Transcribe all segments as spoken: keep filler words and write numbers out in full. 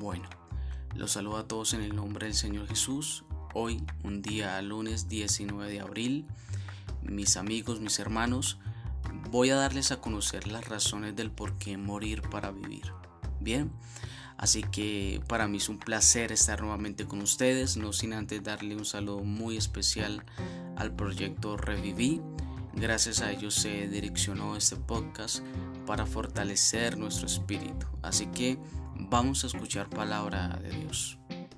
Bueno, los saludo a todos en el nombre del Señor Jesús. Hoy, un día lunes diecinueve de abril, mis amigos, mis hermanos, voy a darles a conocer las razones del por qué morir para vivir. Bien, así que para mí es un placer estar nuevamente con ustedes, no sin antes darle un saludo muy especial al proyecto Reviví. Gracias a ellos se direccionó este podcast para fortalecer nuestro espíritu. Así que vamos a escuchar palabra de Dios.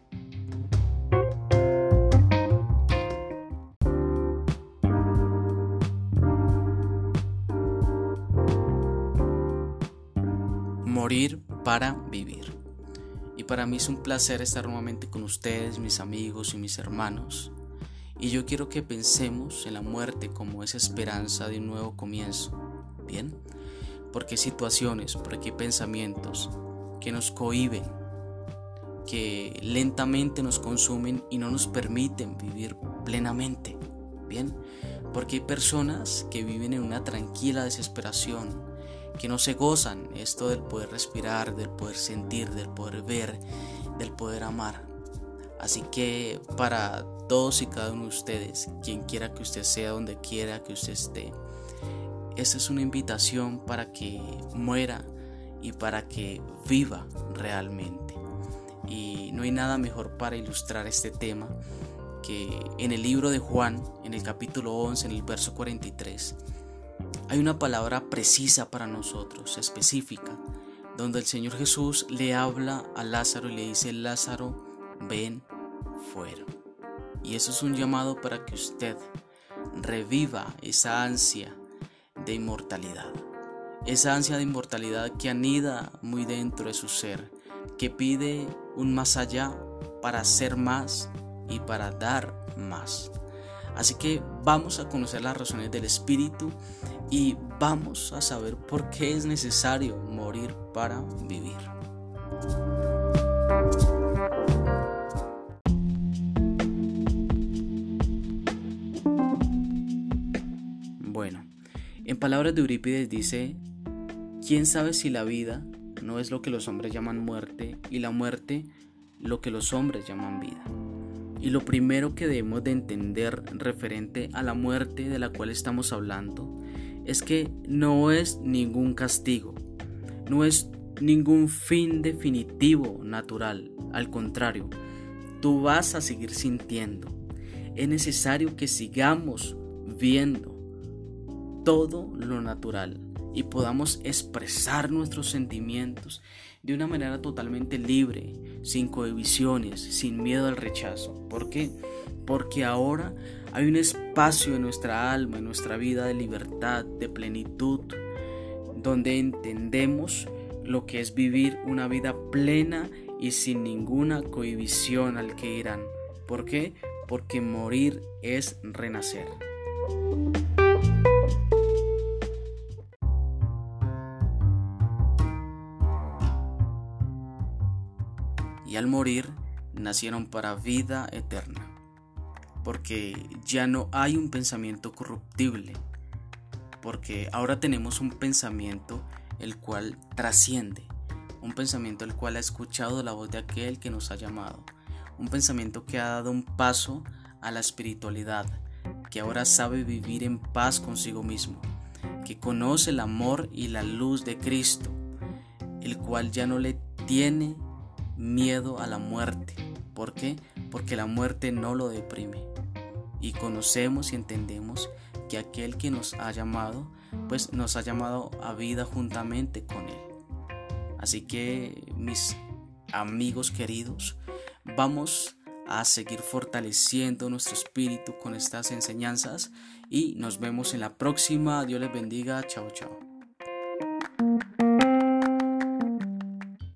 Morir para vivir. Y para mí es un placer estar nuevamente con ustedes, mis amigos y mis hermanos. Y yo quiero que pensemos en la muerte como esa esperanza de un nuevo comienzo. Bien, porque hay situaciones, porque hay pensamientos que nos cohíben, que lentamente nos consumen y no nos permiten vivir plenamente. Bien, porque hay personas que viven en una tranquila desesperación, que no se gozan esto del poder respirar, del poder sentir, del poder ver, del poder amar. Así que para todos y cada uno de ustedes, quien quiera que usted sea, donde quiera que usted esté, esta es una invitación para que muera y para que viva realmente. Y no hay nada mejor para ilustrar este tema que en el libro de Juan, en el capítulo once, en el verso cuarenta y tres, hay una palabra precisa para nosotros, específica, donde el Señor Jesús le habla a Lázaro y le dice: Lázaro, ven fuera. Y eso es un llamado para que usted reviva esa ansia de inmortalidad, esa ansia de inmortalidad que anida muy dentro de su ser, que pide un más allá para ser más y para dar más. Así que vamos a conocer las razones del espíritu y vamos a saber por qué es necesario morir para vivir. Bueno, en palabras de Eurípides dice: ¿quién sabe si la vida no es lo que los hombres llaman muerte y la muerte lo que los hombres llaman vida? Y lo primero que debemos de entender referente a la muerte de la cual estamos hablando es que no es ningún castigo, no es ningún fin definitivo natural. Al contrario, tú vas a seguir sintiendo. Es necesario que sigamos viendo todo lo natural y podamos expresar nuestros sentimientos de una manera totalmente libre, sin cohibiciones, sin miedo al rechazo. ¿Por qué? Porque ahora hay un espacio en nuestra alma, en nuestra vida de libertad, de plenitud, donde entendemos lo que es vivir una vida plena y sin ninguna cohibición al que irán. ¿Por qué? Porque morir es renacer. Y al morir nacieron para vida eterna, porque ya no hay un pensamiento corruptible, porque ahora tenemos un pensamiento el cual trasciende, un pensamiento el cual ha escuchado la voz de aquel que nos ha llamado, un pensamiento que ha dado un paso a la espiritualidad, que ahora sabe vivir en paz consigo mismo, que conoce el amor y la luz de Cristo, el cual ya no le tiene miedo a la muerte. ¿Por qué? Porque la muerte no lo deprime. Y conocemos y entendemos que aquel que nos ha llamado, pues nos ha llamado a vida juntamente con él. Así que, mis amigos queridos, vamos a seguir fortaleciendo nuestro espíritu con estas enseñanzas y nos vemos en la próxima. Dios les bendiga. Chao, chao.